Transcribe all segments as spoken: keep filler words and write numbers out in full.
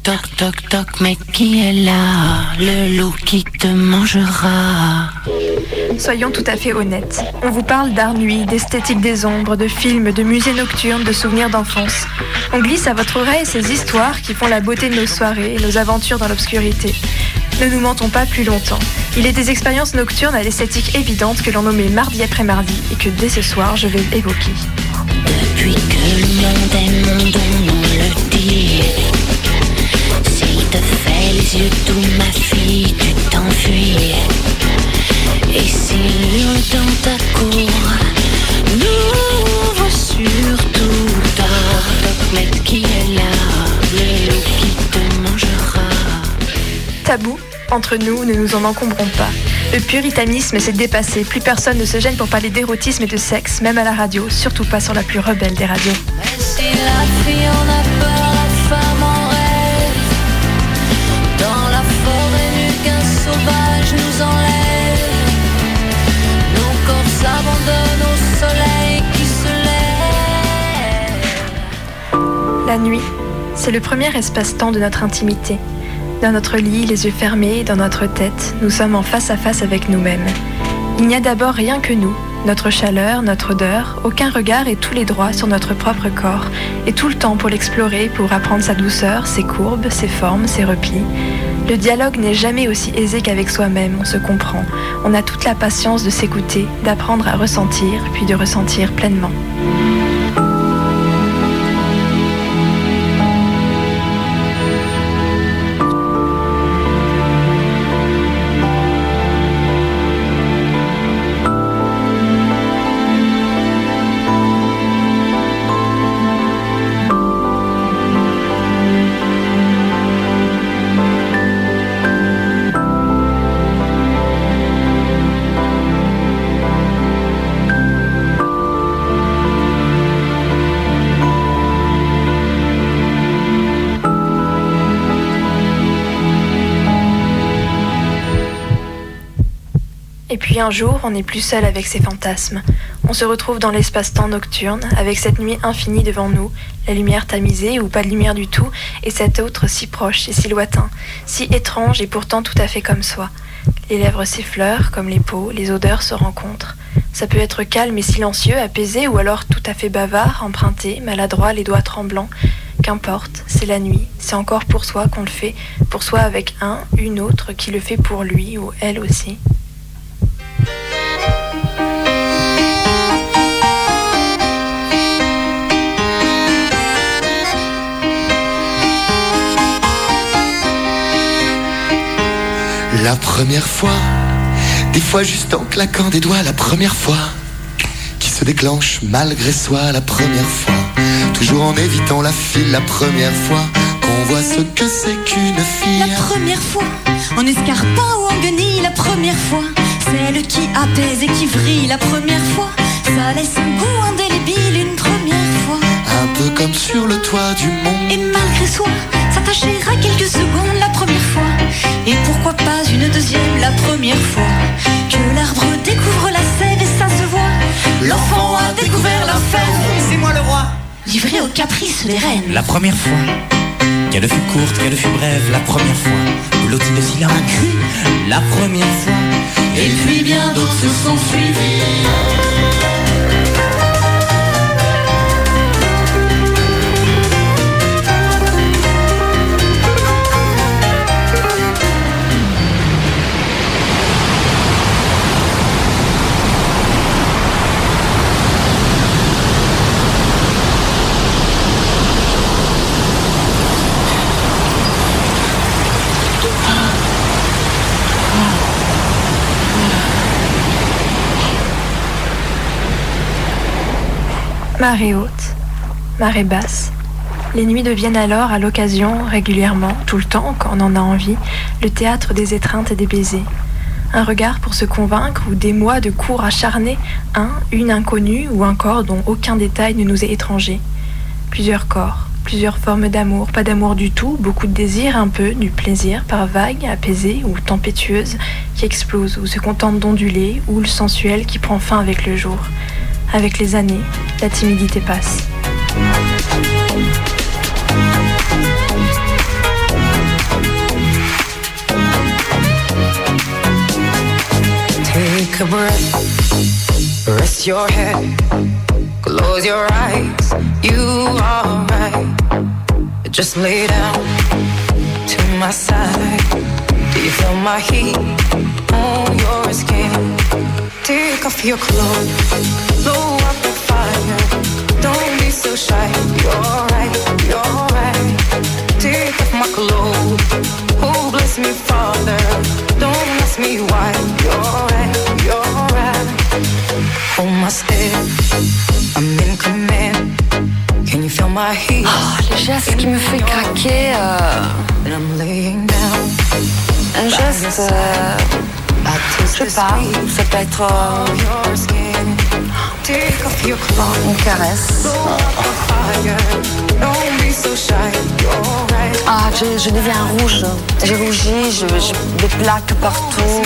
Toc toc toc, mais qui est là? Le loup qui te mangera. Soyons tout à fait honnêtes. On vous parle d'art nuit, d'esthétique des ombres, de films, de musées nocturnes, de souvenirs d'enfance. On glisse à votre oreille ces histoires qui font la beauté de nos soirées et nos aventures dans l'obscurité. Ne nous mentons pas plus longtemps. Il est des expériences nocturnes à l'esthétique évidente que l'on nommait mardi après mardi et que dès ce soir je vais évoquer. Depuis que le monde est mon don, on le dit. S'il te fait les yeux doux, ma fille, tu t'enfuis. Et s'il hurle dans ta cour, n'ouvre surtout ta mais qui est là, le loup qui te mangera. Tabou, entre nous, ne nous en encombrons pas. Le puritanisme s'est dépassé, plus personne ne se gêne pour parler d'érotisme et de sexe, même à la radio, surtout pas sur la plus rebelle des radios. Mais si la fille en a peur, la femme en rêve. Dans la forêt nue qu'un sauvage nous enlève. Nos corps s'abandonnent au soleil qui se lève. La nuit, c'est le premier espace-temps de notre intimité. Dans notre lit, les yeux fermés, dans notre tête, nous sommes en face à face avec nous-mêmes. Il n'y a d'abord rien que nous, notre chaleur, notre odeur, aucun regard et tous les droits sur notre propre corps, et tout le temps pour l'explorer, pour apprendre sa douceur, ses courbes, ses formes, ses replis. Le dialogue n'est jamais aussi aisé qu'avec soi-même, on se comprend. On a toute la patience de s'écouter, d'apprendre à ressentir, puis de ressentir pleinement. Et puis un jour, on n'est plus seul avec ses fantasmes. On se retrouve dans l'espace-temps nocturne, avec cette nuit infinie devant nous, la lumière tamisée ou pas de lumière du tout, et cet autre si proche et si lointain, si étrange et pourtant tout à fait comme soi. Les lèvres s'effleurent, comme les peaux, les odeurs se rencontrent. Ça peut être calme et silencieux, apaisé, ou alors tout à fait bavard, emprunté, maladroit, les doigts tremblants. Qu'importe, c'est la nuit, c'est encore pour soi qu'on le fait, pour soi avec un, une autre qui le fait pour lui ou elle aussi. La première fois, des fois juste en claquant des doigts, la première fois qui se déclenche malgré soi, la première fois, toujours en évitant la file, la première fois qu'on voit ce que c'est qu'une fille. La première fois, en escarpin ou en guenille, la première fois, celle qui apaise et qui vrille, la première fois, ça laisse un goût indélébile, une première fois. Un peu comme sur le toit du monde. Et malgré soi, s'attacher à quelques secondes la première fois. Et pourquoi pas une deuxième la première fois que l'arbre découvre la sève et ça se voit. L'enfant a découvert la fève. C'est moi le roi. Livré aux caprices des reines. La première fois, qu'elle fut courte, qu'elle fut brève, la première fois, blottie de silence, un cri, la première fois. Et puis bien d'autres se sont suivis. Marée haute, marée basse. Les nuits deviennent alors, à l'occasion, régulièrement, tout le temps, quand on en a envie, le théâtre des étreintes et des baisers. Un regard pour se convaincre ou des mois de cours acharnés, un, une inconnue ou un corps dont aucun détail ne nous est étranger. Plusieurs corps, plusieurs formes d'amour, pas d'amour du tout, beaucoup de désir, un peu, du plaisir, par vagues, apaisée ou tempétueuse, qui explose ou se contente d'onduler, ou le sensuel qui prend fin avec le jour. Avec les années, la timidité passe. breath, rest your head, close your eyes, you are right. Just lay down to my side. Do you feel my heat on your skin? Take off your clothes, blow up the fire. Don't be so shy, you're right, you're right. Take off my clothes, oh bless me Father. Don't ask me why, you're right, you're right. Hold my step, I'm in command. Can you feel my heat? Oh, le geste qui me fait craquer. Euh... And I'm laying down. Un geste, euh... je sais pas, ça peut être euh... une caresse. Ah, je, je deviens rouge, j'ai rougi, j'ai des plaques partout.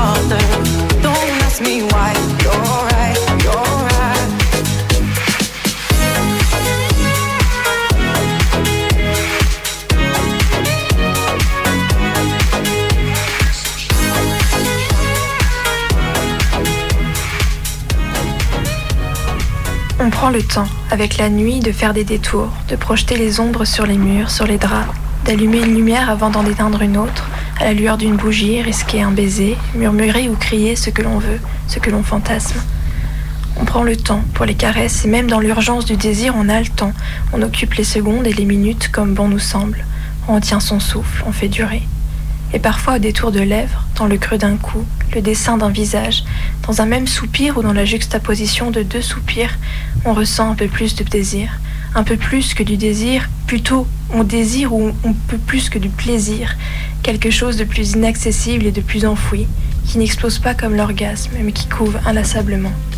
On prend le temps, avec la nuit, de faire des détours, de projeter les ombres sur les murs, sur les draps, d'allumer une lumière avant d'en éteindre une autre, à la lueur d'une bougie, risquer un baiser, murmurer ou crier ce que l'on veut, ce que l'on fantasme. On prend le temps pour les caresses et même dans l'urgence du désir, on a le temps. On occupe les secondes et les minutes comme bon nous semble. On tient son souffle, on fait durer. Et parfois au détour de lèvres, dans le creux d'un cou, le dessin d'un visage, dans un même soupir ou dans la juxtaposition de deux soupirs, on ressent un peu plus de désir, un peu plus que du désir, plutôt on désire ou on peut plus que du plaisir, quelque chose de plus inaccessible et de plus enfoui, qui n'explose pas comme l'orgasme, mais qui couve inlassablement.